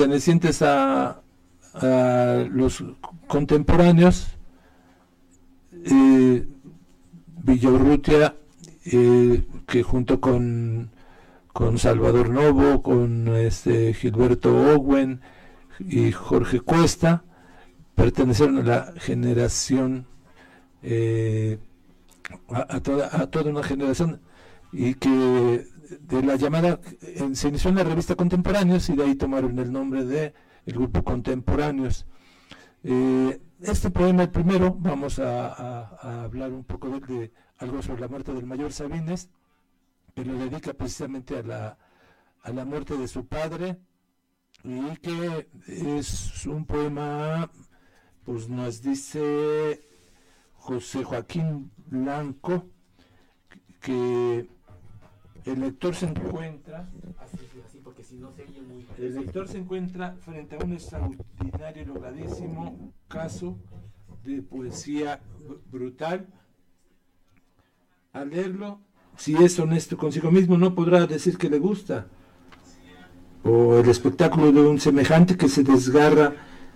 pertenecientes a los contemporáneos, Villaurrutia, que junto con Salvador Novo, con Gilberto Owen y Jorge Cuesta, pertenecieron a la generación, a toda una generación, y que de la llamada, se inició en la revista Contemporáneos, y de ahí tomaron el nombre de el grupo Contemporáneos. Este poema, el primero, vamos a hablar un poco de algo sobre la muerte del mayor Sabines, que lo dedica precisamente a la muerte de su padre, y que es un poema, pues nos dice José Joaquín Blanco, que el lector se encuentra frente a un extraordinario y logradísimo caso de poesía brutal. Al leerlo, si es honesto consigo mismo, no podrá decir que le gusta, o el espectáculo de un semejante que se desgarra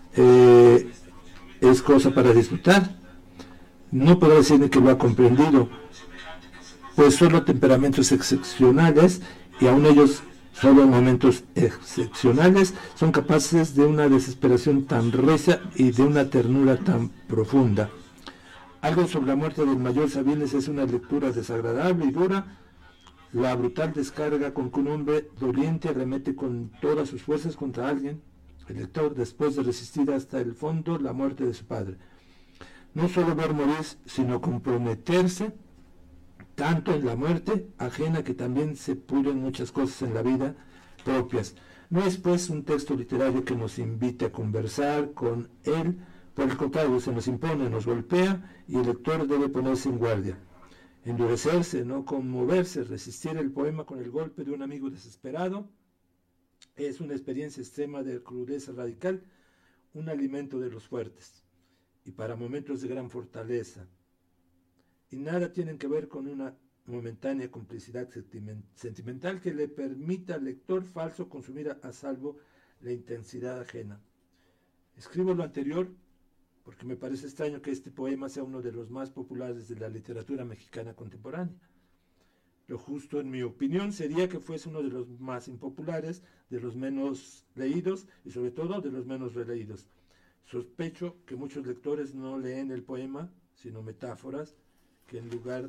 es cosa para disfrutar. No podrá decir ni que lo ha comprendido, pues solo temperamentos excepcionales, y aun ellos solo en momentos excepcionales, son capaces de una desesperación tan recia y de una ternura tan profunda. Algo sobre la muerte del mayor Sabines es una lectura desagradable y dura, la brutal descarga con que un hombre doliente arremete con todas sus fuerzas contra alguien, el lector, después de resistir hasta el fondo la muerte de su padre. No solo ver morir, sino comprometerse tanto en la muerte ajena, que también se pulen muchas cosas en la vida propias. No es pues un texto literario que nos invite a conversar con él, por el contrario, se nos impone, nos golpea, y el lector debe ponerse en guardia, endurecerse, no conmoverse, resistir el poema con el golpe de un amigo desesperado. Es una experiencia extrema de crudeza radical, un alimento de los fuertes, y para momentos de gran fortaleza. Y nada tienen que ver con una momentánea complicidad sentimental que le permita al lector falso consumir a salvo la intensidad ajena. Escribo lo anterior porque me parece extraño que este poema sea uno de los más populares de la literatura mexicana contemporánea. Lo justo, en mi opinión, sería que fuese uno de los más impopulares, de los menos leídos y sobre todo de los menos releídos. Sospecho que muchos lectores no leen el poema, sino metáforas, que en lugar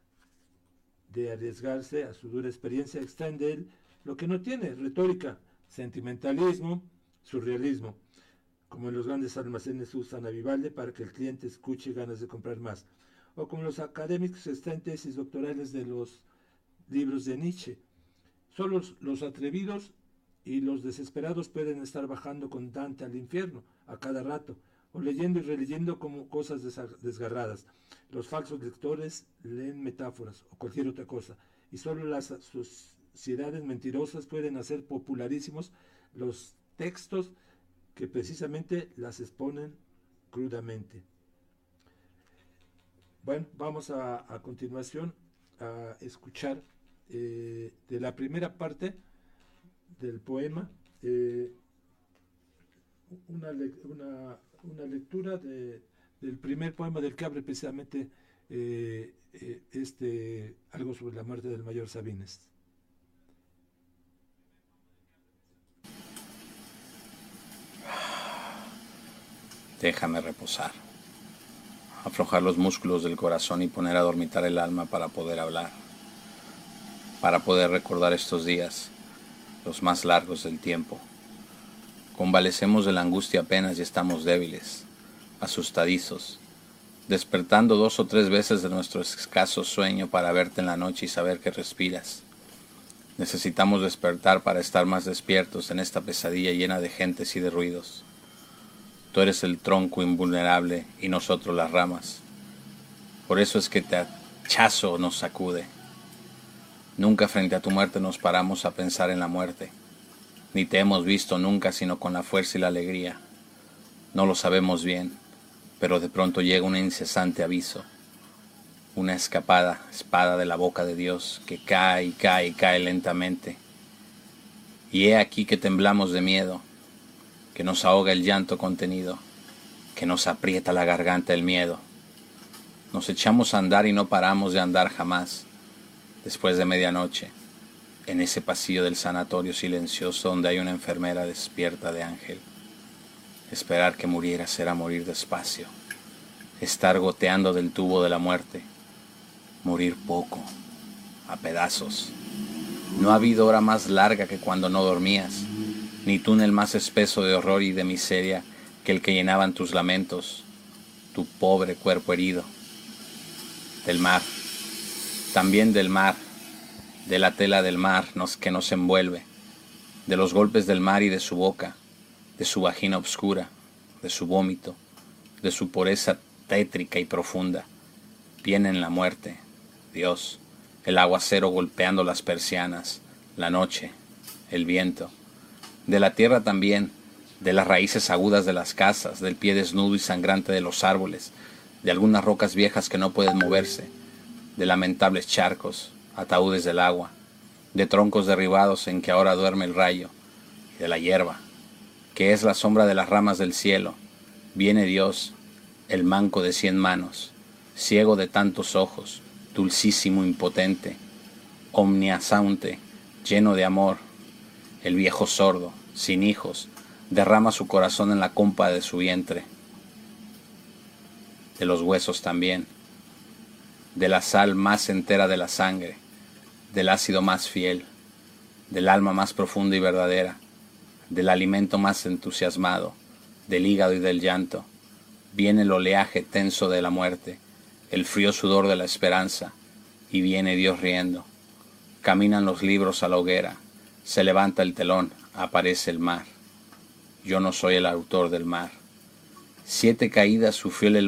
de arriesgarse a su dura experiencia extraen de él lo que no tiene: retórica, sentimentalismo, surrealismo, como en los grandes almacenes usan a Vivaldi para que el cliente escuche ganas de comprar más, o como los académicos extraen tesis doctorales de los libros de Nietzsche. Solo los atrevidos y los desesperados pueden estar bajando con Dante al infierno a cada rato, o leyendo y releyendo como cosas desgarradas. Los falsos lectores leen metáforas o cualquier otra cosa, y solo las sociedades mentirosas pueden hacer popularísimos los textos que precisamente las exponen crudamente. Bueno, vamos a continuación a escuchar de la primera parte del poema una lectura del primer poema del que abre precisamente algo sobre la muerte del mayor Sabines. Déjame reposar, aflojar los músculos del corazón y poner a dormitar el alma para poder hablar, para poder recordar estos días, los más largos del tiempo. Convalecemos de la angustia apenas y estamos débiles, asustadizos, despertando 2 o 3 veces de nuestro escaso sueño para verte en la noche y saber que respiras. Necesitamos despertar para estar más despiertos en esta pesadilla llena de gentes y de ruidos. Tú eres el tronco invulnerable y nosotros las ramas. Por eso es que te hachazo nos sacude. Nunca frente a tu muerte nos paramos a pensar en la muerte. Ni te hemos visto nunca sino con la fuerza y la alegría. No lo sabemos bien, pero de pronto llega un incesante aviso. Una espada de la boca de Dios que cae y cae y cae lentamente. Y he aquí que temblamos de miedo. que nos ahoga el llanto contenido, que nos aprieta la garganta el miedo. Nos echamos a andar y no paramos de andar jamás, después de medianoche, en ese pasillo del sanatorio silencioso donde hay una enfermera despierta de ángel. Esperar que murieras era morir despacio, estar goteando del tubo de la muerte, morir poco, a pedazos. No ha habido hora más larga que cuando no dormías, ni túnel más espeso de horror y de miseria que el que llenaban tus lamentos, tu pobre cuerpo herido. Del mar, también del mar, de la tela del mar que nos envuelve, de los golpes del mar y de su boca, de su vagina obscura, de su vómito, de su pureza tétrica y profunda. Vienen la muerte, Dios, el aguacero golpeando las persianas, la noche, el viento. De la tierra también, de las raíces agudas de las casas, del pie desnudo y sangrante de los árboles, de algunas rocas viejas que no pueden moverse, de lamentables charcos, ataúdes del agua, de troncos derribados en que ahora duerme el rayo, y de la hierba, que es la sombra de las ramas del cielo. Viene Dios, el manco de 100 manos, ciego de tantos ojos, dulcísimo, impotente, omniasaunte, lleno de amor. El viejo sordo, sin hijos, derrama su corazón en la compa de su vientre. De los huesos también, de la sal más entera de la sangre, del ácido más fiel, del alma más profunda y verdadera, del alimento más entusiasmado, del hígado y del llanto, viene el oleaje tenso de la muerte, el frío sudor de la esperanza, y viene Dios riendo. Caminan los libros a la hoguera, se levanta el telón, aparece el mar. Yo no soy el autor del mar. 7 caídas sufrió el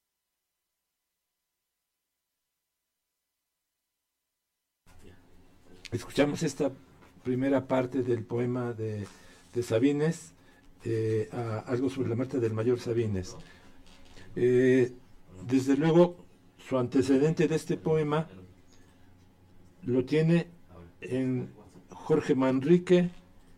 Escuchamos esta primera parte del poema de Sabines, algo sobre la muerte del mayor Sabines. Desde luego, su antecedente de este poema lo tiene en Jorge Manrique,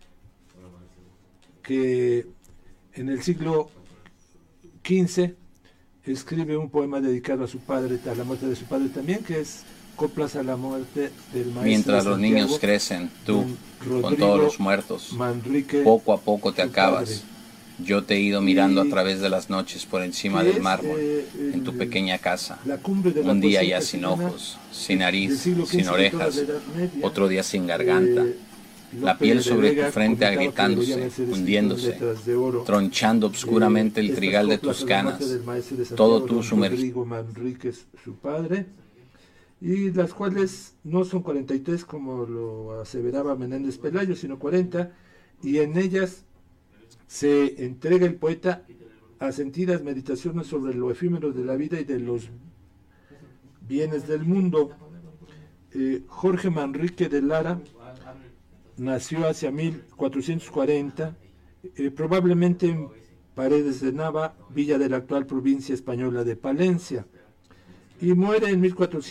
que en el siglo XV escribe un poema dedicado a su padre, a la muerte de su padre también, que es Coplas a la muerte del maestro Mientras los Santiago, niños crecen, tú, Rodrigo con todos los muertos, Manrique, poco a poco te acabas. padre. Yo te he ido mirando a través de las noches por encima del mármol, en tu pequeña casa. Un día ya sin ojos, sin nariz, sin orejas, otro día sin garganta. La piel sobre tu frente agrietándose, hundiéndose, tronchando obscuramente el trigal de tus canas, todo tú sumergido. Manríquez, su padre, y las cuales no son 43 como lo aseveraba Menéndez Pelayo, sino 40, y en ellas se entrega el poeta a sentidas meditaciones sobre lo efímero de la vida y de los bienes del mundo. Jorge Manrique de Lara nació hacia 1440, probablemente en Paredes de Nava, villa de la actual provincia española de Palencia, y muere en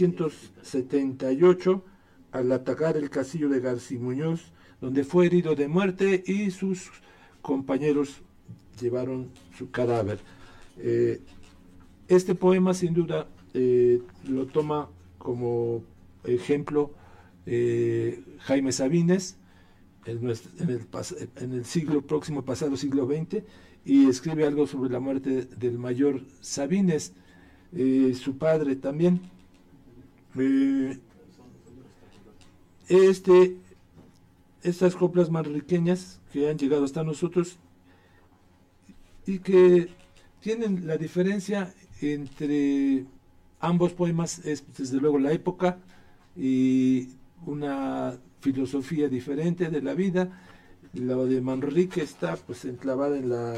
1478 al atacar el castillo de Garcimuñoz, donde fue herido de muerte y sus compañeros llevaron su cadáver. Este poema sin duda lo toma como ejemplo Jaime Sabines en el siglo próximo pasado, siglo XX, y escribe algo sobre la muerte del mayor Sabines, su padre también. Estas coplas manriqueñas que han llegado hasta nosotros y que tienen la diferencia entre ambos poemas, es desde luego la época y una filosofía diferente de la vida. Lo de Manrique está pues enclavada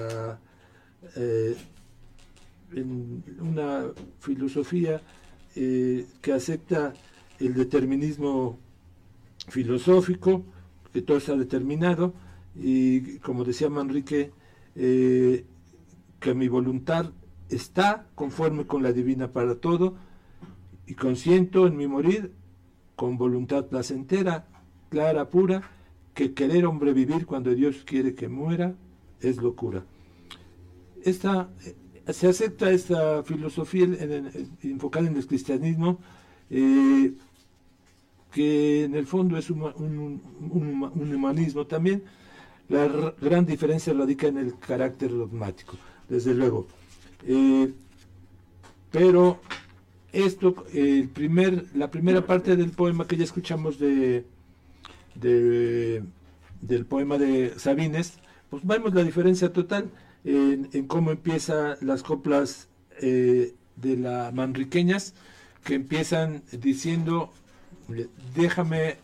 en una filosofía que acepta el determinismo filosófico, que todo está determinado, y como decía Manrique, que mi voluntad está conforme con la divina para todo, y consiento en mi morir con voluntad placentera, clara, pura, que querer hombre vivir cuando Dios quiere que muera es locura. Se acepta esta filosofía enfocada en el cristianismo, que en el fondo es un humanismo también. La gran diferencia radica en el carácter dogmático, desde luego. Pero esto, la primera parte del poema que ya escuchamos del poema de Sabines, pues vemos la diferencia total en cómo empiezan las coplas de las manriqueñas, que empiezan diciendo: déjame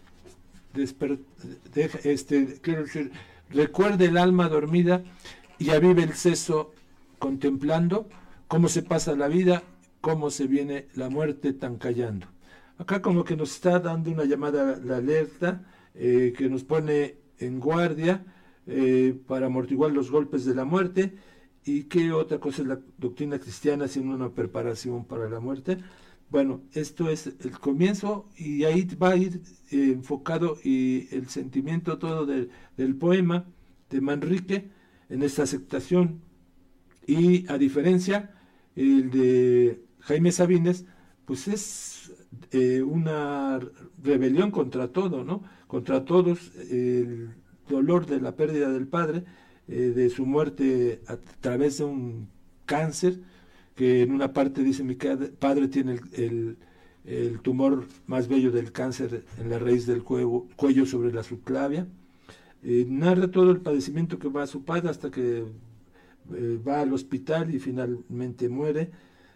quiero decir, recuerde el alma dormida y avive el seso contemplando cómo se pasa la vida, cómo se viene la muerte tan callando. Acá como que nos está dando una llamada, la alerta, que nos pone en guardia para amortiguar los golpes de la muerte. ¿Y qué otra cosa es la doctrina cristiana sino una preparación para la muerte? Bueno, esto es el comienzo, y ahí va a ir enfocado y el sentimiento todo del poema de Manrique en esta aceptación. Y a diferencia, el de Jaime Sabines, pues es una rebelión contra todo, ¿no? Contra todos, el dolor de la pérdida del padre, de su muerte a través de un cáncer, que en una parte dice: mi padre tiene el tumor más bello del cáncer en la raíz del cuello sobre la subclavia. Narra todo el padecimiento que va a su padre hasta que va al hospital y finalmente muere.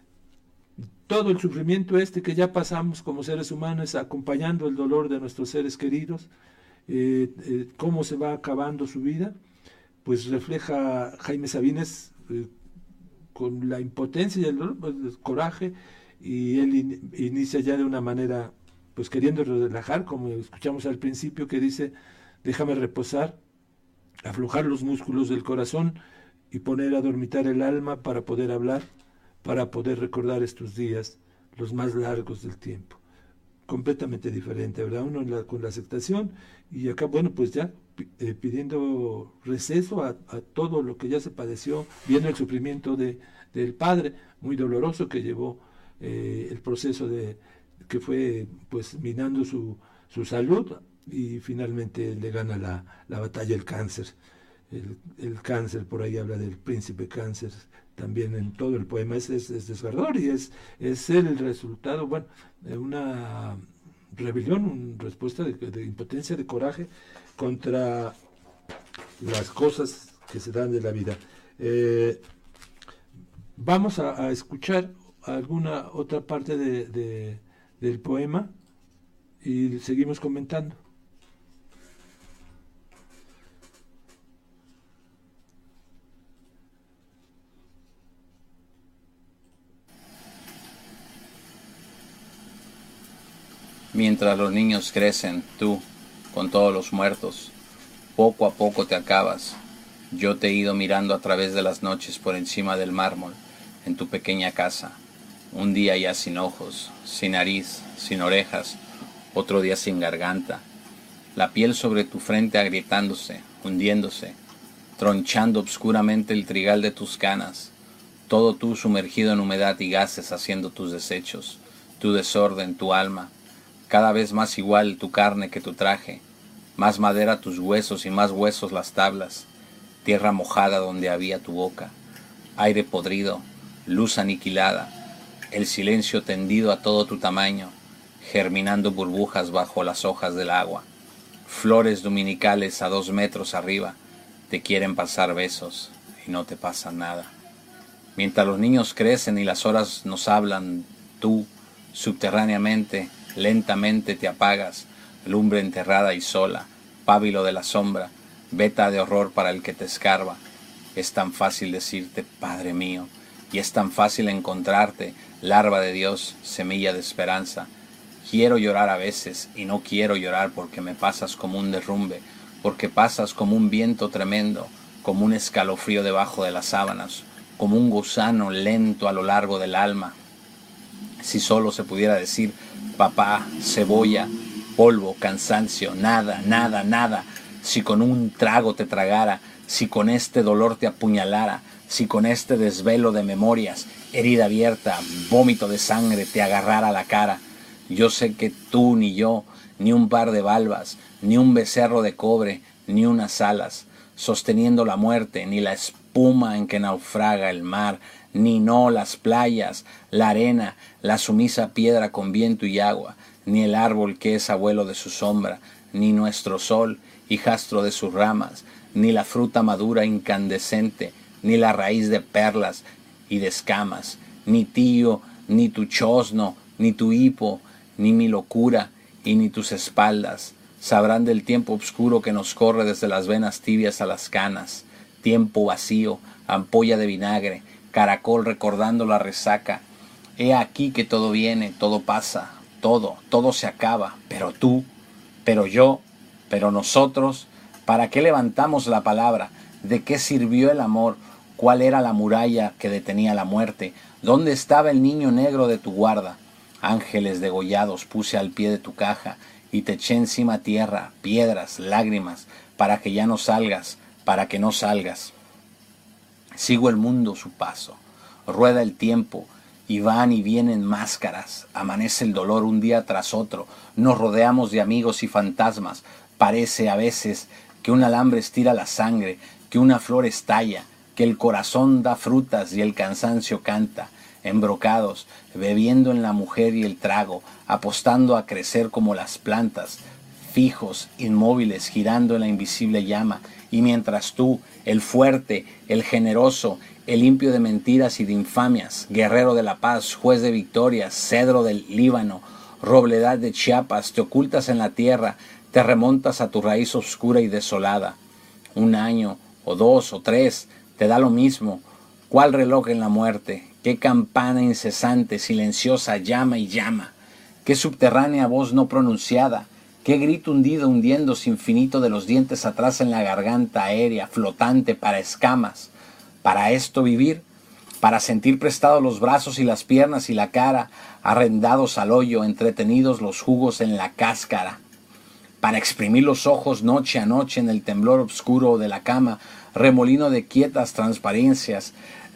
Todo el sufrimiento que ya pasamos como seres humanos, acompañando el dolor de nuestros seres queridos, cómo se va acabando su vida, pues refleja Jaime Sabines con la impotencia y el dolor, pues, el coraje, y él inicia ya de una manera, pues queriendo relajar, como escuchamos al principio, que dice: déjame reposar, aflojar los músculos del corazón y poner a dormitar el alma para poder hablar, para poder recordar estos días, los más largos del tiempo. Completamente diferente, ¿verdad? Uno con la aceptación, y acá, bueno, pues ya pidiendo receso a todo lo que ya se padeció, viendo el sufrimiento del padre, muy doloroso, que llevó el proceso que fue pues minando su salud, y finalmente le gana la batalla el cáncer. El cáncer, por ahí habla del príncipe cáncer, también en todo el poema. Es desgarrador, y es el resultado, bueno, de una rebelión, una respuesta de impotencia, de coraje contra las cosas que se dan de la vida. Vamos a escuchar alguna otra parte del poema y seguimos comentando. Mientras los niños crecen, tú, con todos los muertos, poco a poco te acabas. Yo te he ido mirando a través de las noches por encima del mármol, en tu pequeña casa. Un día ya sin ojos, sin nariz, sin orejas, otro día sin garganta. La piel sobre tu frente agrietándose, hundiéndose, tronchando obscuramente el trigal de tus canas. Todo tú sumergido en humedad y gases, haciendo tus desechos, tu desorden, tu alma. Cada vez más igual tu carne que tu traje, más madera tus huesos y más huesos las tablas, tierra mojada donde había tu boca, aire podrido, luz aniquilada, el silencio tendido a todo tu tamaño, germinando burbujas bajo las hojas del agua, flores dominicales a 2 metros arriba, te quieren pasar besos y no te pasa nada. Mientras los niños crecen y las horas nos hablan, tú, subterráneamente, lentamente te apagas, lumbre enterrada y sola, pábilo de la sombra, veta de horror para el que te escarba. Es tan fácil decirte, Padre mío, y es tan fácil encontrarte, larva de Dios, semilla de esperanza. Quiero llorar a veces y no quiero llorar porque me pasas como un derrumbe, porque pasas como un viento tremendo, como un escalofrío debajo de las sábanas, como un gusano lento a lo largo del alma. Si solo se pudiera decir papá, cebolla, polvo, cansancio, nada, nada, nada. Si con un trago te tragara, si con este dolor te apuñalara, si con este desvelo de memorias, herida abierta, vómito de sangre te agarrara la cara. Yo sé que tú ni yo, ni un par de balbas, ni un becerro de cobre, ni unas alas, sosteniendo la muerte, ni la espuma en que naufraga el mar, ni no las playas, la arena, la sumisa piedra con viento y agua, ni el árbol que es abuelo de su sombra, ni nuestro sol, hijastro de sus ramas, ni la fruta madura incandescente, ni la raíz de perlas y de escamas, ni tío, ni tu chosno, ni tu hipo, ni mi locura, y ni tus espaldas, sabrán del tiempo oscuro que nos corre desde las venas tibias a las canas, tiempo vacío, ampolla de vinagre, caracol recordando la resaca. He aquí que todo viene, todo pasa, todo se acaba, pero tú, pero yo, pero nosotros, ¿para qué levantamos la palabra? ¿De qué sirvió el amor? ¿Cuál era la muralla que detenía la muerte? ¿Dónde estaba el niño negro de tu guarda? Ángeles degollados puse al pie de tu caja y te eché encima tierra, piedras, lágrimas, para que ya no salgas, para que no salgas. Sigo el mundo su paso, rueda el tiempo, y van y vienen máscaras, amanece el dolor un día tras otro, nos rodeamos de amigos y fantasmas, parece a veces que un alambre estira la sangre, que una flor estalla, que el corazón da frutas y el cansancio canta, embrocados, bebiendo en la mujer y el trago, apostando a crecer como las plantas, fijos, inmóviles, girando en la invisible llama, y mientras tú, el fuerte, el generoso, el limpio de mentiras y de infamias, guerrero de la paz, juez de victorias, cedro del Líbano, robledad de Chiapas, te ocultas en la tierra, te remontas a tu raíz oscura y desolada. Un año, o dos, o tres, te da lo mismo. ¿Cuál reloj en la muerte? ¿Qué campana incesante, silenciosa, llama y llama? ¿Qué subterránea voz no pronunciada? ¿Qué grito hundido hundiéndose infinito de los dientes atrás en la garganta aérea, flotante para escamas? ¿Para esto vivir? ¿Para sentir prestados los brazos y las piernas y la cara, arrendados al hoyo, entretenidos los jugos en la cáscara? ¿Para exprimir los ojos noche a noche en el temblor oscuro de la cama, remolino de quietas transparencias,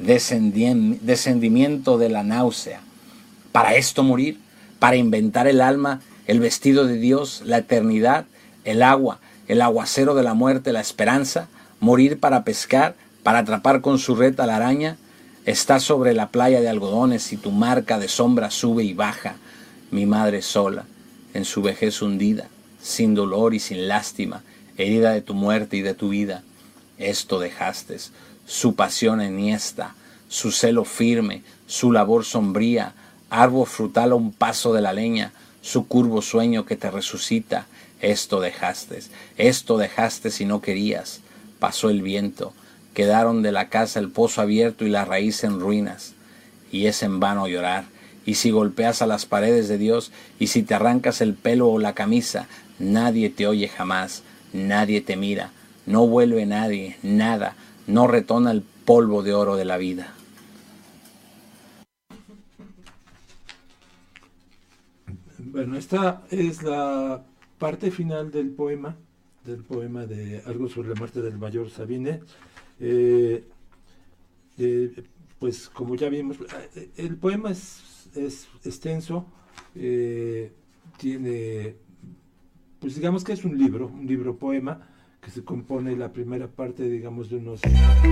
descendimiento de la náusea? ¿Para esto morir? ¿Para inventar el alma, el vestido de Dios, la eternidad, el agua, el aguacero de la muerte, la esperanza? ¿Morir para pescar, para atrapar con su red a la araña? Estás sobre la playa de algodones y tu marca de sombra sube y baja. Mi madre sola, en su vejez hundida, sin dolor y sin lástima, herida de tu muerte y de tu vida. Esto dejaste, su pasión enhiesta, su celo firme, su labor sombría, árbol frutal a un paso de la leña, su curvo sueño que te resucita. Esto dejaste si no querías. Pasó el viento, quedaron de la casa el pozo abierto y la raíz en ruinas. Y es en vano llorar, y si golpeas a las paredes de Dios, y si te arrancas el pelo o la camisa, nadie te oye jamás, nadie te mira, no vuelve nadie, nada, no retona el polvo de oro de la vida. Bueno, esta es la parte final del poema de Algo sobre la muerte del mayor Sabine. Pues como ya vimos, el poema es extenso, tiene, pues digamos que es un libro poema, que se compone la primera parte, digamos, de unos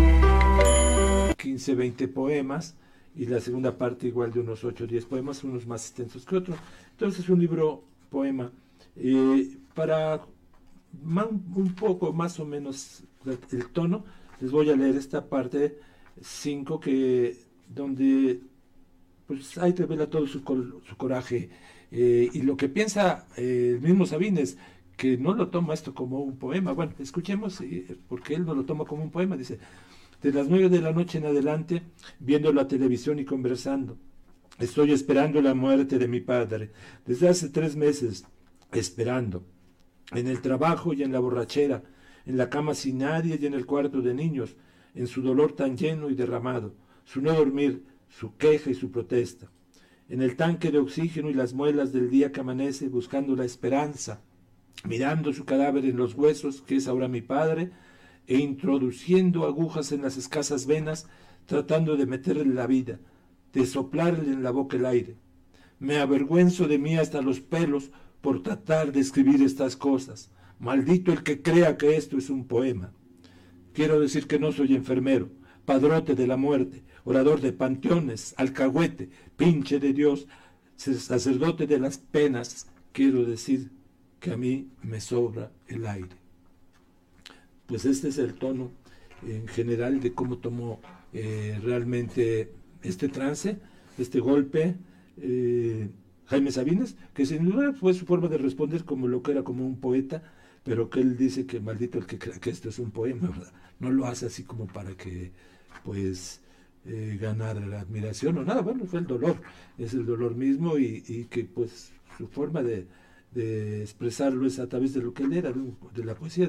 15, 20 poemas, y la segunda parte igual de unos 8 o 10 poemas, unos más extensos que otros. Entonces es un libro poema. Para un poco más o menos el tono, les voy a leer esta parte 5, donde pues ahí revela todo su coraje, y lo que piensa el mismo Sabines, que no lo toma esto como un poema. Bueno, escuchemos, porque él no lo toma como un poema. Dice: de las 9 de la noche en adelante, viendo la televisión y conversando, estoy esperando la muerte de mi padre. Desde hace 3 meses, esperando. En el trabajo y en la borrachera, en la cama sin nadie y en el cuarto de niños, en su dolor tan lleno y derramado, su no dormir, su queja y su protesta. En el tanque de oxígeno y las muelas del día que amanece, buscando la esperanza, mirando su cadáver en los huesos, que es ahora mi padre, e introduciendo agujas en las escasas venas, tratando de meterle la vida, de soplarle en la boca el aire. Me avergüenzo de mí hasta los pelos por tratar de escribir estas cosas. Maldito el que crea que esto es un poema. Quiero decir que no soy enfermero, padrote de la muerte, orador de panteones, alcahuete, pinche de Dios, sacerdote de las penas. Quiero decir que a mí me sobra el aire. Pues este es el tono en general de cómo tomó realmente este trance, este golpe, Jaime Sabines, que sin duda fue su forma de responder como lo que era como un poeta, pero que él dice que maldito el que crea que esto es un poema, ¿verdad? No lo hace así como para que, pues, ganar la admiración o nada. Bueno, fue el dolor, es el dolor mismo, y que pues su forma de expresarlo es a través de lo que él era, de la poesía,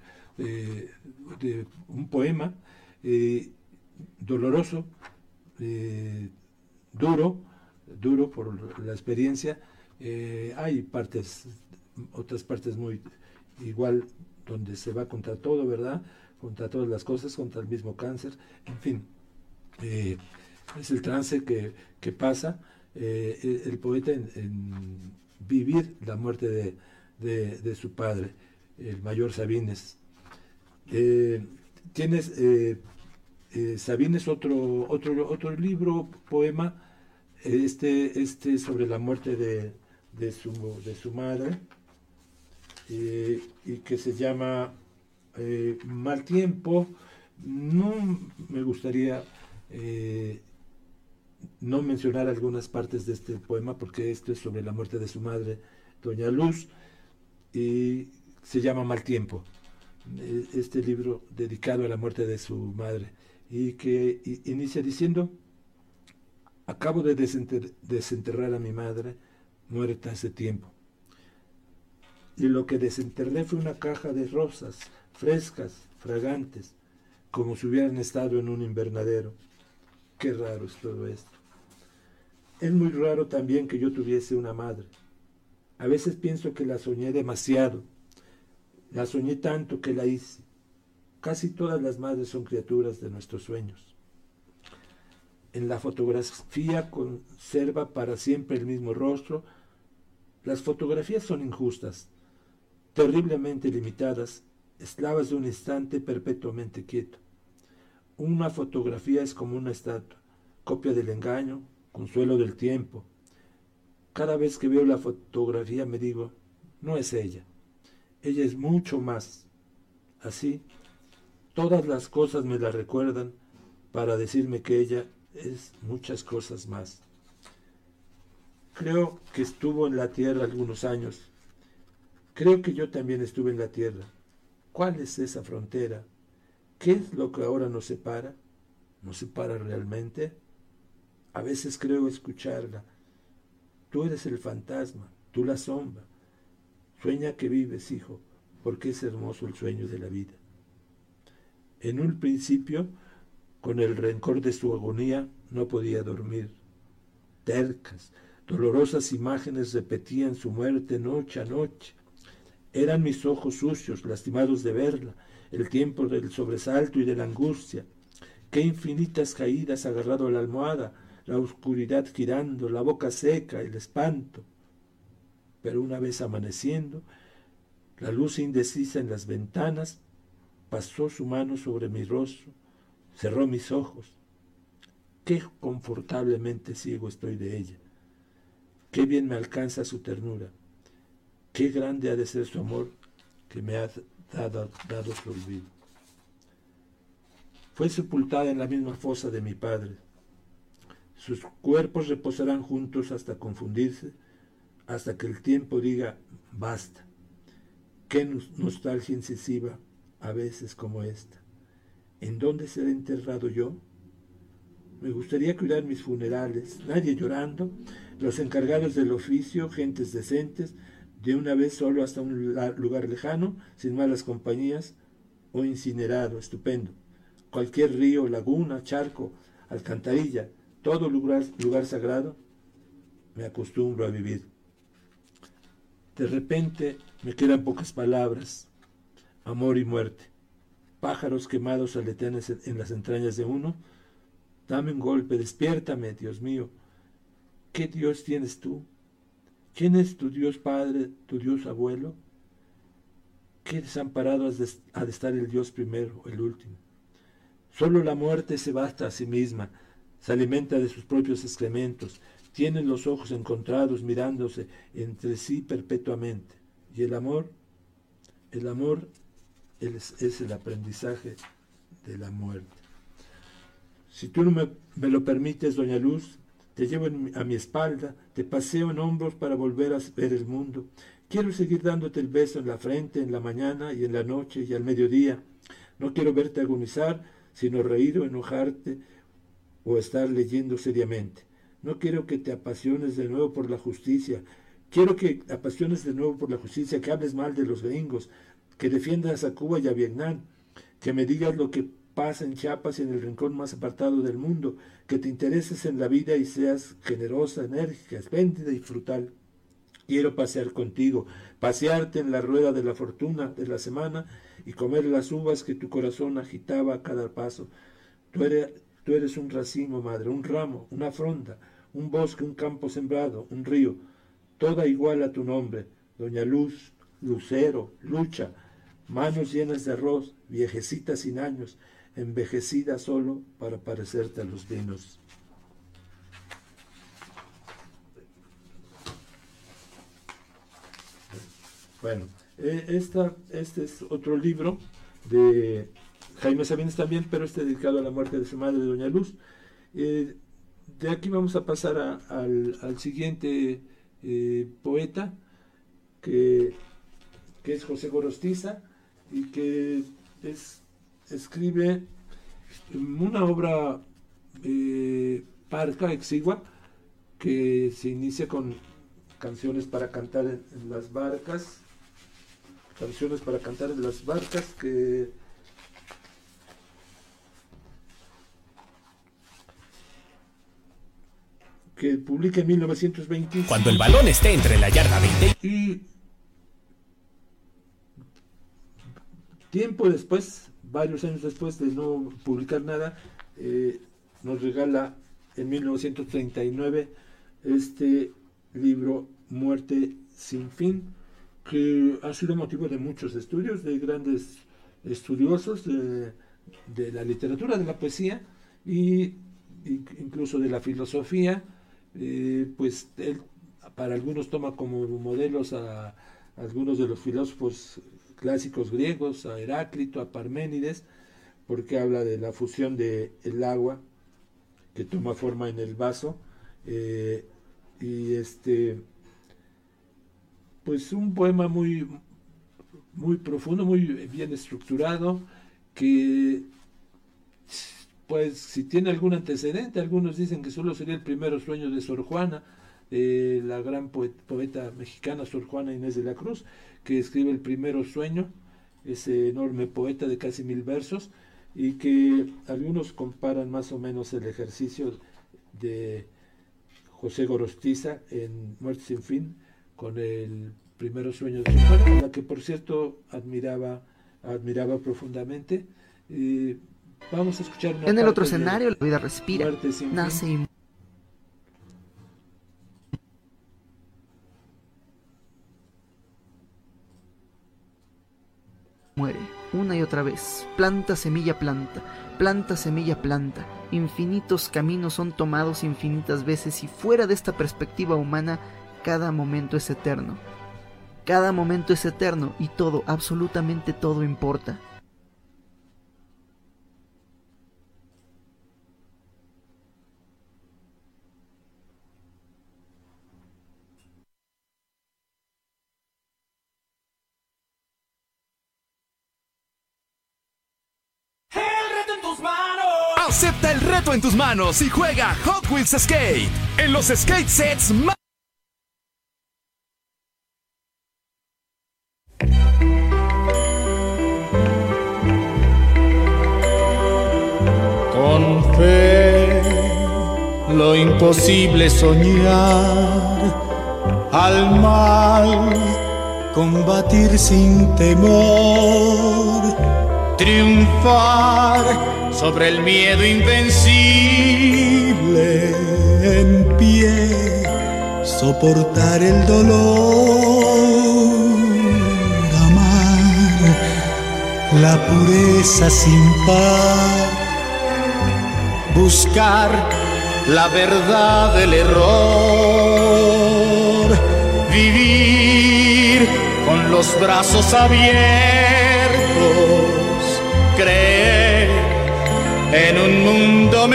de un poema doloroso, duro por la experiencia. Hay partes, otras partes muy igual, donde se va contra todo, ¿verdad? Contra todas las cosas, contra el mismo cáncer, en fin. Es el trance que pasa el poeta en vivir la muerte de su padre, el mayor Sabines. Tienes Sabines otro libro, poema, este sobre la muerte de su madre, y que se llama Mal Tiempo. No me gustaría no mencionar algunas partes de este poema, porque esto es sobre la muerte de su madre, Doña Luz, y se llama Mal Tiempo, este libro dedicado a la muerte de su madre, y que inicia diciendo: acabo de desenterrar a mi madre, muerta hace tiempo, y lo que desenterré fue una caja de rosas frescas, fragantes, como si hubieran estado en un invernadero. Qué raro es todo esto. Es muy raro también que yo tuviese una madre. A veces pienso que la soñé demasiado. La soñé tanto que la hice. Casi todas las madres son criaturas de nuestros sueños. En la fotografía conserva para siempre el mismo rostro. Las fotografías son injustas, terriblemente limitadas, esclavas de un instante perpetuamente quieto. Una fotografía es como una estatua, copia del engaño, consuelo del tiempo. Cada vez que veo la fotografía me digo: no es ella, ella es mucho más. Así, todas las cosas me la recuerdan para decirme que ella es muchas cosas más. Creo que estuvo en la tierra algunos años. Creo que yo también estuve en la tierra. ¿Cuál es esa frontera? ¿Qué es lo que ahora nos separa? ¿Nos separa realmente? A veces creo escucharla. Tú eres el fantasma, tú la sombra. Sueña que vives, hijo, porque es hermoso el sueño de la vida. En un principio, con el rencor de su agonía, no podía dormir. Tercas, dolorosas imágenes repetían su muerte noche a noche. Eran mis ojos sucios, lastimados de verla, el tiempo del sobresalto y de la angustia. Qué infinitas caídas agarrado a la almohada, la oscuridad girando, la boca seca, el espanto. Pero una vez amaneciendo, la luz indecisa en las ventanas pasó su mano sobre mi rostro, cerró mis ojos. Qué confortablemente ciego estoy de ella. Qué bien me alcanza su ternura. Qué grande ha de ser su amor que me ha dado su olvido. Fue sepultada en la misma fosa de mi padre. Sus cuerpos reposarán juntos hasta confundirse, hasta que el tiempo diga basta. Qué nostalgia incisiva a veces como esta. ¿En dónde seré enterrado yo? Me gustaría cuidar mis funerales, nadie llorando, los encargados del oficio, gentes decentes, de una vez solo hasta un lugar lejano, sin malas compañías, o incinerado, estupendo. Cualquier río, laguna, charco, alcantarilla, todo lugar sagrado, me acostumbro a vivir. De repente me quedan pocas palabras, amor y muerte. pájaros quemados aletean en las entrañas de uno. Dame un golpe, despiértame, Dios mío. ¿Qué Dios tienes tú? ¿Quién es tu Dios Padre, tu Dios Abuelo? ¿Qué desamparado ha de estar el Dios primero, el último? Solo la muerte se basta a sí misma, se alimenta de sus propios excrementos, tiene los ojos encontrados mirándose entre sí perpetuamente. Y el amor es el aprendizaje de la muerte. Si tú no me lo permites, doña Luz, te llevo a mi espalda, te paseo en hombros para volver a ver el mundo. Quiero seguir dándote el beso en la frente, en la mañana y en la noche y al mediodía. No quiero verte agonizar, sino reír o enojarte o estar leyendo seriamente. No quiero que te apasiones de nuevo por la justicia. Quiero que apasiones de nuevo por la justicia, que hables mal de los gringos, que defiendas a Cuba y a Vietnam, que me digas lo que pasa en Chiapas y en el rincón más apartado del mundo, que te intereses en la vida y seas generosa, enérgica, espléndida y frutal. Quiero pasear contigo, pasearte en la rueda de la fortuna de la semana y comer las uvas que tu corazón agitaba a cada paso. Tú eres un racimo, madre, un ramo, una fronda, un bosque, un campo sembrado, un río, toda igual a tu nombre, doña Luz, Lucero, Lucha, manos llenas de arroz, viejecita sin años, envejecida solo para parecerte a los vinos. Bueno, este es otro libro de Jaime Sabines también, pero dedicado a la muerte de su madre, doña Luz. De aquí vamos a pasar al siguiente poeta, que es José Gorostiza, y que escribe una obra parca, exigua, que se inicia con canciones para cantar en las barcas, que publica en 1920. Cuando el balón esté entre la yarda 20 y tiempo después, varios años después de no publicar nada, nos regala en 1939 este libro Muerte sin fin, que ha sido motivo de muchos estudios, de grandes estudiosos de la literatura, de la poesía y incluso de la filosofía. Pues él para algunos toma como modelos a algunos de los filósofos clásicos griegos, a Heráclito, a Parménides, porque habla de la fusión del agua que toma forma en el vaso, pues un poema muy, muy profundo, muy bien estructurado, que pues si tiene algún antecedente, algunos dicen que solo sería el primer sueño de Sor Juana, la gran poeta mexicana Sor Juana Inés de la Cruz, que escribe el primer sueño, ese enorme poeta de casi 1000 versos, y que algunos comparan más o menos el ejercicio de José Gorostiza en Muerte sin fin con el primer sueño de Sor Juana, la que por cierto admiraba profundamente. Vamos a escuchar una en el otro parte escenario, la vida respira, nace y muere, una y otra vez. Planta, semilla, planta. Planta, semilla, planta. Infinitos caminos son tomados infinitas veces y fuera de esta perspectiva humana, cada momento es eterno. Cada momento es eterno y todo, absolutamente todo importa. Acepta el reto en tus manos y juega Hot Wheels Skate en los skate sets más... Con fe, lo imposible soñar, al mal combatir sin temor, triunfar sobre el miedo invencible, en pie, soportar el dolor, amar la pureza sin par, buscar la verdad del error, vivir con los brazos abiertos, creer en un mundo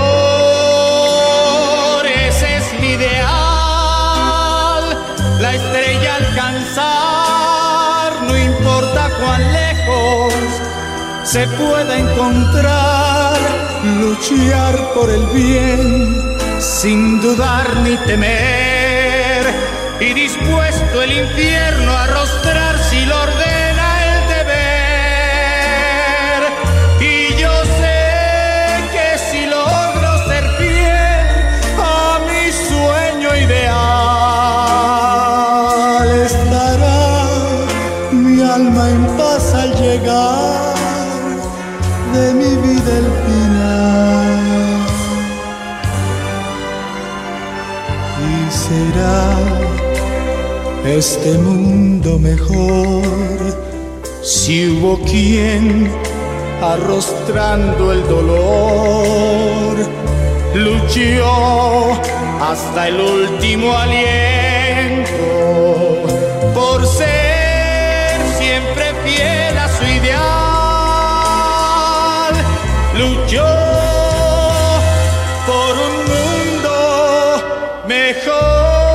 mejor. Ese es mi ideal, la estrella alcanzar, no importa cuán lejos se pueda encontrar, luchar por el bien sin dudar ni temer, y dispuesto el infierno a arrostrar si lo ordena el deber. Y yo sé que si logro ser fiel a mi sueño ideal, estará mi alma en paz al llegar de mi vida el final, y será este mundo mejor si hubo quien, arrostrando el dolor, luchó hasta el último aliento por ser siempre fiel a su ideal. Luchó por un mundo mejor.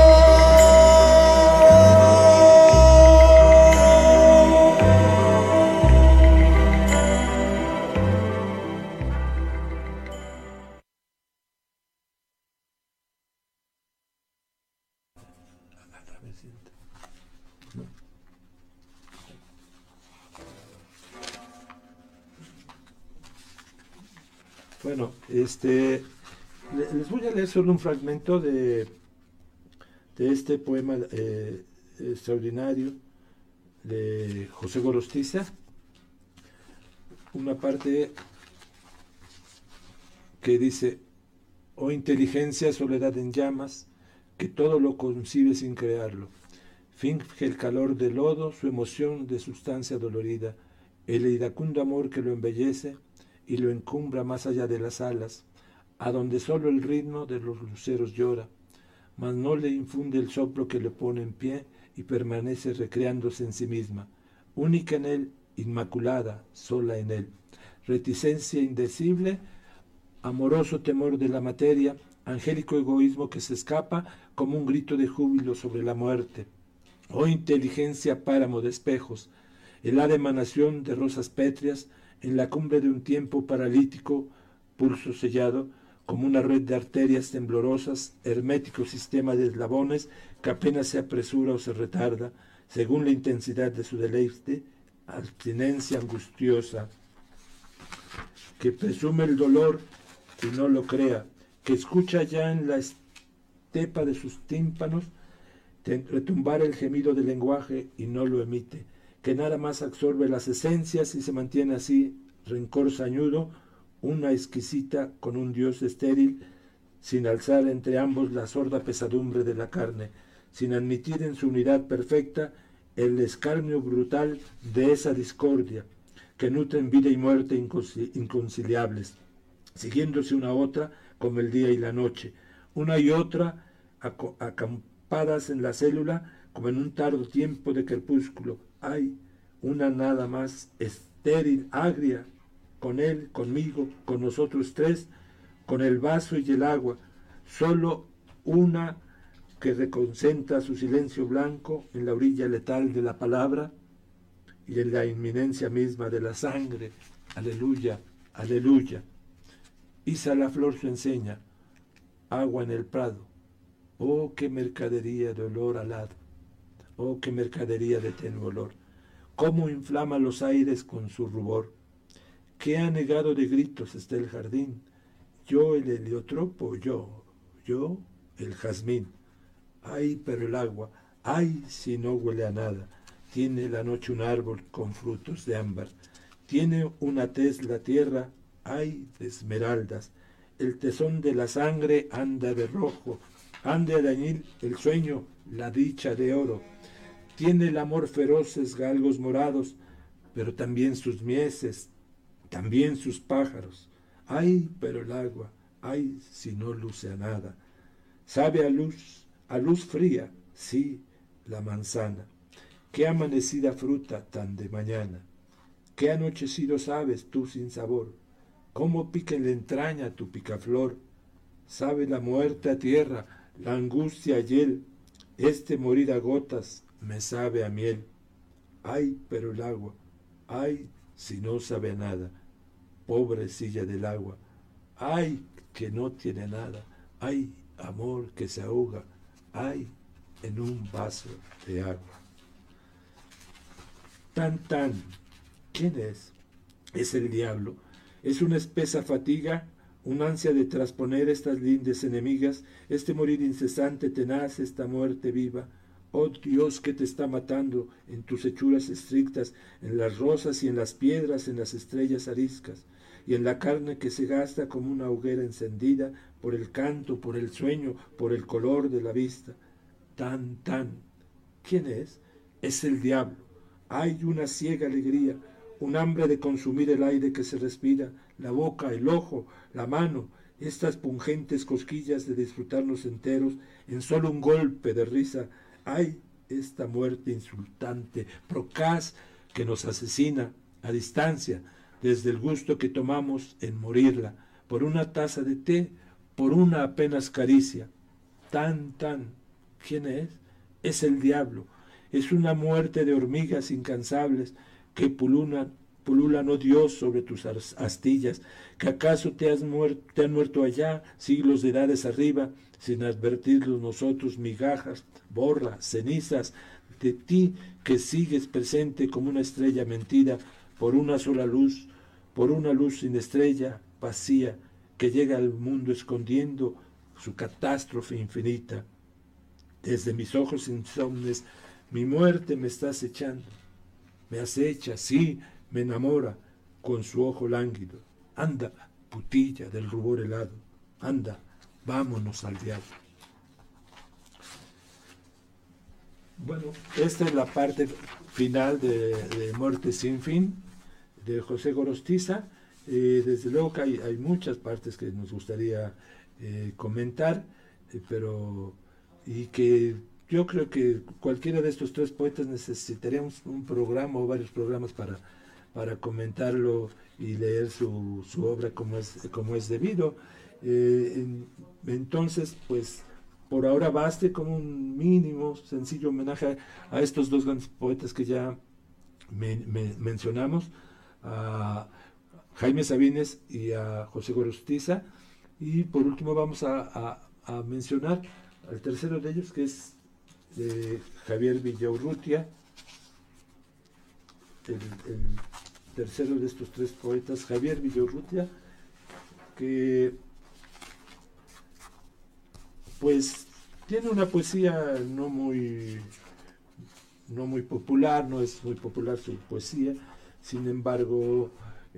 Bueno, les voy a leer solo un fragmento de este poema extraordinario de José Gorostiza, una parte que dice: oh inteligencia, soledad en llamas, que todo lo concibe sin crearlo, finge el calor del lodo, su emoción de sustancia dolorida, el iracundo amor que lo embellece y lo encumbra más allá de las alas, a donde solo el ritmo de los luceros llora, mas no le infunde el soplo que le pone en pie y permanece recreándose en sí misma, única en él, inmaculada, sola en él. Reticencia indecible, amoroso temor de la materia, angélico egoísmo que se escapa como un grito de júbilo sobre la muerte. Oh inteligencia, páramo de espejos, helada emanación de rosas pétreas, en la cumbre de un tiempo paralítico, pulso sellado, como una red de arterias temblorosas, hermético sistema de eslabones que apenas se apresura o se retarda, según la intensidad de su deleite, abstinencia angustiosa, que presume el dolor y no lo crea, que escucha ya en la estepa de sus tímpanos retumbar el gemido del lenguaje y no lo emite, que nada más absorbe las esencias y se mantiene así, rencor sañudo, una exquisita con un dios estéril, sin alzar entre ambos la sorda pesadumbre de la carne, sin admitir en su unidad perfecta el escarnio brutal de esa discordia, que nutren vida y muerte inconciliables, siguiéndose una a otra como el día y la noche, una y otra acampadas en la célula como en un tardo tiempo de crepúsculo. Hay una nada más estéril, agria, con él, conmigo, con nosotros tres, con el vaso y el agua, solo una que reconcentra su silencio blanco en la orilla letal de la palabra y en la inminencia misma de la sangre. Aleluya, aleluya. Isa la flor su enseña, agua en el prado. Oh, qué mercadería de olor alado. Oh, qué mercadería de tenue olor. Cómo inflama los aires con su rubor. Qué anegado de gritos está el jardín. Yo el heliotropo, yo el jazmín. Ay, pero el agua, ay, si no huele a nada. Tiene la noche un árbol con frutos de ámbar. Tiene una tez la tierra, ay, de esmeraldas. El tesón de la sangre anda de rojo, anda de añil el sueño, la dicha de oro. Tiene el amor feroces galgos morados, pero también sus mieses, también sus pájaros. Ay, pero el agua, ay, si no luce a nada. Sabe a luz fría, sí, la manzana. Qué amanecida fruta tan de mañana. Qué anochecido sabes tú sin sabor. Cómo pica en la entraña tu picaflor. Sabe la muerte a tierra, la angustia a hiel. Este morir a gotas me sabe a miel. Ay, pero el agua, ay, si no sabe a nada. Pobrecilla del agua, ay, que no tiene nada. Ay, amor que se ahoga, ay, en un vaso de agua. Tan, tan, ¿quién es? Es el diablo. Es una espesa fatiga, un ansia de trasponer estas lindes enemigas, este morir incesante, tenaz, esta muerte viva. Oh Dios, que te está matando en tus hechuras estrictas, en las rosas y en las piedras, en las estrellas ariscas, y en la carne que se gasta como una hoguera encendida por el canto, por el sueño, por el color de la vista. Tan, tan, ¿quién es? Es el diablo. Hay una ciega alegría, un hambre de consumir el aire que se respira, la boca, el ojo, la mano, estas pungentes cosquillas de disfrutarnos enteros en solo un golpe de risa. Ay, esta muerte insultante, procaz, que nos asesina a distancia, desde el gusto que tomamos en morirla, por una taza de té, por una apenas caricia. Tan, tan, ¿quién es? Es el diablo. Es una muerte de hormigas incansables que pululan, oh Dios, sobre tus astillas, que acaso te han muerto allá, siglos de edades arriba, sin advertirlo nosotros, migajas, borra, cenizas, de ti que sigues presente como una estrella mentida, por una sola luz, por una luz sin estrella, vacía, que llega al mundo escondiendo su catástrofe infinita. Desde mis ojos insomnes, mi muerte me está acechando, me acecha, sí, me enamora con su ojo lánguido. Anda, putilla del rubor helado, anda, vámonos al diablo. Bueno, esta es la parte final de Muerte sin fin, de José Gorostiza. Desde luego que hay muchas partes que nos gustaría comentar, pero y que yo creo que cualquiera de estos tres poetas necesitaríamos un programa o varios programas para comentarlo y leer su obra como es debido. Entonces, pues, por ahora baste como un mínimo, sencillo homenaje a estos dos grandes poetas que ya mencionamos, a Jaime Sabines y a José Gorostiza. Y por último vamos a mencionar al tercero de ellos, que es de Javier Villaurrutia, el tercero de estos tres poetas, Javier Villaurrutia, que pues tiene una poesía no muy popular, no es muy popular su poesía, sin embargo,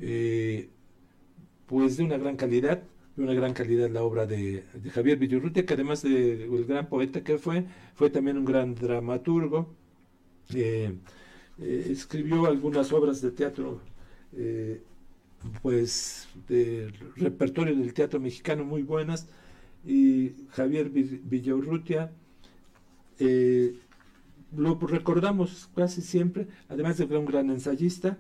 pues de una gran calidad la obra de Javier Villaurrutia, que además de el gran poeta que fue también un gran dramaturgo. Escribió algunas obras de teatro, pues de repertorio del teatro mexicano muy buenas, y Javier Villaurrutia lo recordamos casi siempre, además de un gran ensayista,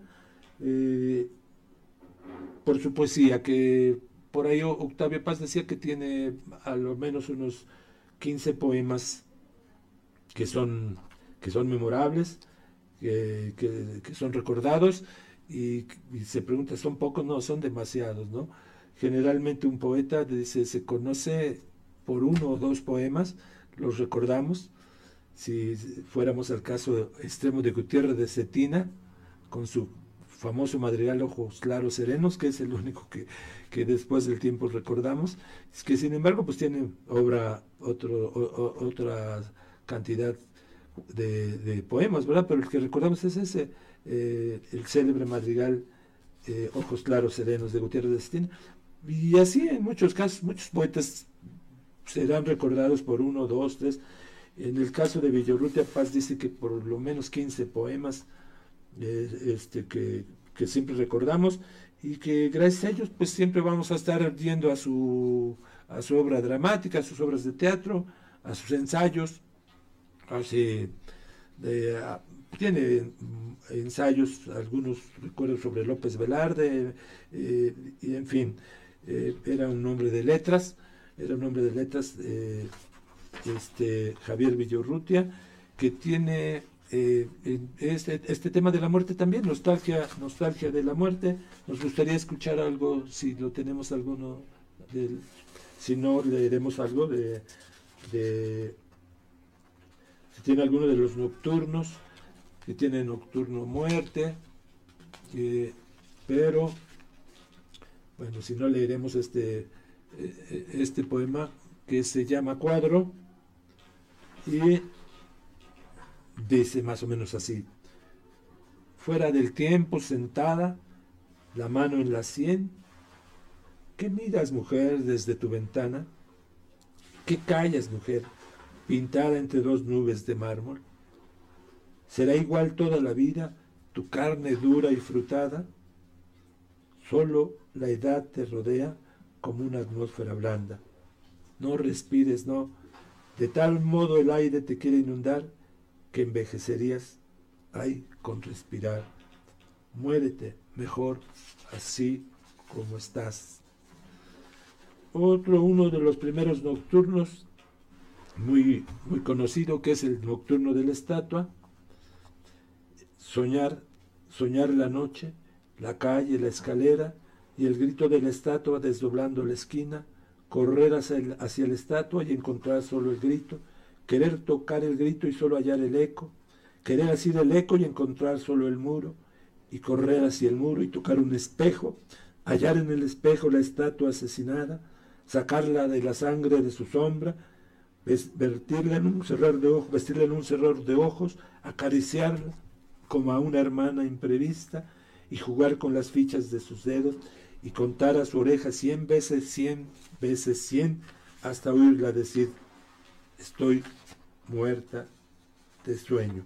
por su poesía, que por ahí Octavio Paz decía que tiene a lo menos unos 15 poemas que son memorables, que son recordados, y se pregunta, ¿son pocos? No, son demasiados, ¿no? Generalmente un poeta se conoce por uno o dos poemas, los recordamos. Si fuéramos al caso extremo de Gutiérrez de Cetina, con su famoso madrigal Ojos Claros Serenos, que es el único que después del tiempo recordamos, es que sin embargo pues tiene otra cantidad de poemas, ¿verdad? Pero el que recordamos es ese, el célebre madrigal Ojos claros serenos de Gutiérrez de Estina. Y así en muchos casos, muchos poetas serán recordados por 1, 2, 3. En el caso de Villaurrutia Paz dice que por lo menos 15 poemas que siempre recordamos, y que gracias a ellos pues siempre vamos a estar yendo a su obra dramática, a sus obras de teatro, a sus ensayos. Tiene ensayos, algunos recuerdo sobre López Velarde, y en fin, era un hombre de letras, Javier Villaurrutia, que tiene este tema de la muerte también, nostalgia de la muerte. Nos gustaría escuchar algo, si lo tenemos alguno, si no, leeremos algo si tiene alguno de los nocturnos, que tiene Nocturno Muerte, pero bueno, si no, leeremos este poema que se llama Cuadro, y dice más o menos así: fuera del tiempo, sentada, la mano en la sien, ¿qué miras, mujer, desde tu ventana? ¿Qué callas, mujer, pintada entre dos nubes de mármol? ¿Será igual toda la vida, tu carne dura y frutada? Solo la edad te rodea como una atmósfera blanda. No respires, no, de tal modo el aire te quiere inundar que envejecerías, ay, con respirar. Muérete mejor así como estás. Uno de los primeros nocturnos, muy conocido, que es el Nocturno de la Estatua. Soñar la noche, la calle, la escalera, y el grito de la estatua desdoblando la esquina, correr hacia la estatua y encontrar solo el grito, querer tocar el grito y solo hallar el eco, querer asir el eco y encontrar solo el muro, y correr hacia el muro y tocar un espejo, hallar en el espejo la estatua asesinada, sacarla de la sangre de su sombra, vestirla en un cerrar de ojos, acariciarla como a una hermana imprevista, y jugar con las fichas de sus dedos, y contar a su oreja 100 veces 100, hasta oírla decir: estoy muerta de sueño.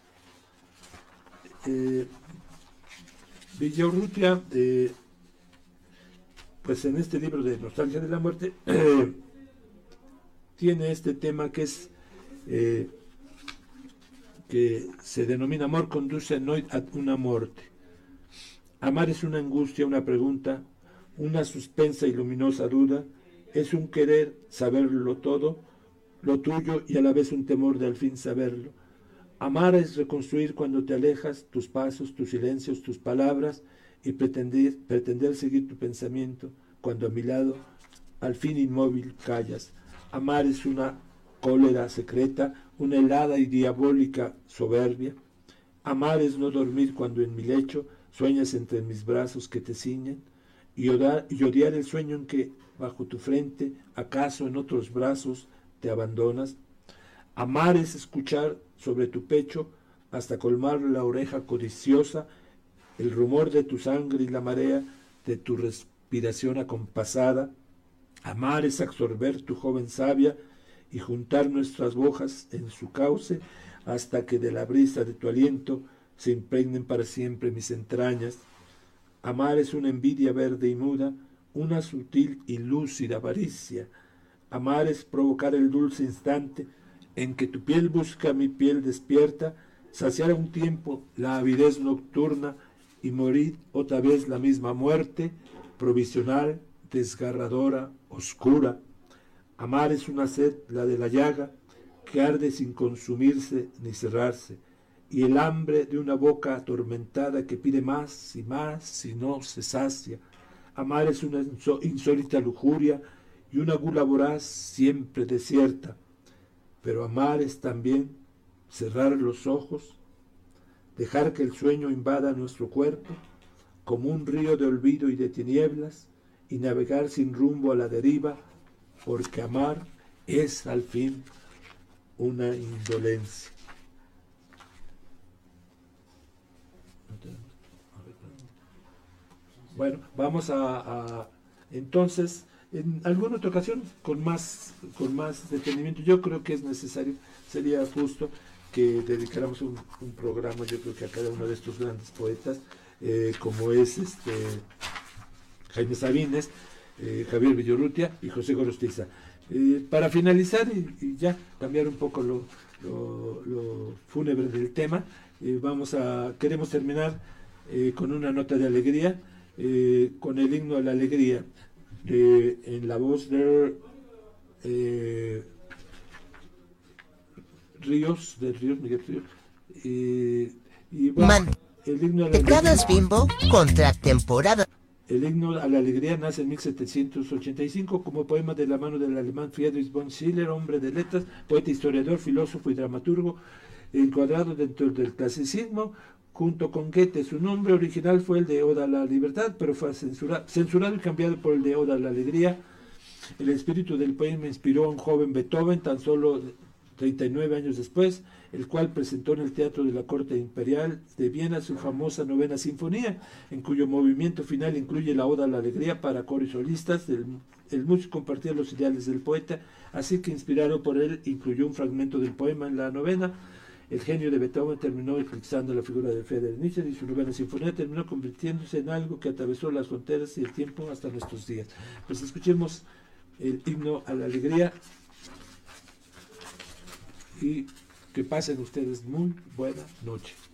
Villaurrutia, pues en este libro de Nostalgia de la Muerte, tiene este tema que es que se denomina Amor conduce noit ad una morte. Amar es una angustia, una pregunta, una suspensa y luminosa duda, es un querer saberlo todo, lo tuyo, y a la vez un temor de al fin saberlo. Amar es reconstruir cuando te alejas, tus pasos, tus silencios, tus palabras, y pretender seguir tu pensamiento cuando a mi lado, al fin inmóvil, callas. Amar es una cólera secreta, una helada y diabólica soberbia. Amar es no dormir cuando en mi lecho sueñas entre mis brazos que te ciñen, y odiar el sueño en que, bajo tu frente, acaso en otros brazos te abandonas. Amar es escuchar sobre tu pecho, hasta colmar la oreja codiciosa, el rumor de tu sangre y la marea de tu respiración acompasada. Amar es absorber tu joven savia y juntar nuestras hojas en su cauce, hasta que de la brisa de tu aliento se impregnen para siempre mis entrañas. Amar es una envidia verde y muda, una sutil y lúcida avaricia. Amar es provocar el dulce instante en que tu piel busca mi piel despierta, saciar a un tiempo la avidez nocturna y morir otra vez la misma muerte, provisional, desgarradora, oscura. Amar es una sed, la de la llaga, que arde sin consumirse ni cerrarse, y el hambre de una boca atormentada que pide más y más y no se sacia. Amar es una insólita lujuria y una gula voraz siempre desierta. Pero amar es también cerrar los ojos, dejar que el sueño invada nuestro cuerpo, como un río de olvido y de tinieblas, y navegar sin rumbo a la deriva, porque amar es al fin una indolencia. Bueno, vamos a entonces, en alguna otra ocasión, con más detenimiento, yo creo que es necesario, sería justo que dedicáramos un programa, yo creo que a cada uno de estos grandes poetas, como es Jaime Sabines, Javier Villorrutia y José Gorostiza. Para finalizar y ya cambiar un poco lo fúnebre del tema, queremos terminar con una nota de alegría, con el himno a la alegría, en la voz de Miguel Ríos, y bueno, el himno a la alegría, Bimbo contra temporada. El himno a la alegría nace en 1785 como poema de la mano del alemán Friedrich von Schiller, hombre de letras, poeta, historiador, filósofo y dramaturgo, encuadrado dentro del clasicismo. Junto con Goethe, su nombre original fue el de Oda a la Libertad, pero fue censurado y cambiado por el de Oda a la Alegría. El espíritu del poema inspiró a un joven Beethoven, tan solo 39 años después, el cual presentó en el Teatro de la Corte Imperial de Viena su famosa Novena Sinfonía, en cuyo movimiento final incluye la Oda a la Alegría para coro y solistas. El músico compartía los ideales del poeta, así que inspirado por él, incluyó un fragmento del poema en la novena. El genio de Beethoven terminó eclipsando la figura de Friedrich Nietzsche y su Novena Sinfonía terminó convirtiéndose en algo que atravesó las fronteras y el tiempo hasta nuestros días. Pues escuchemos el himno a la alegría y que pasen ustedes muy buena noche.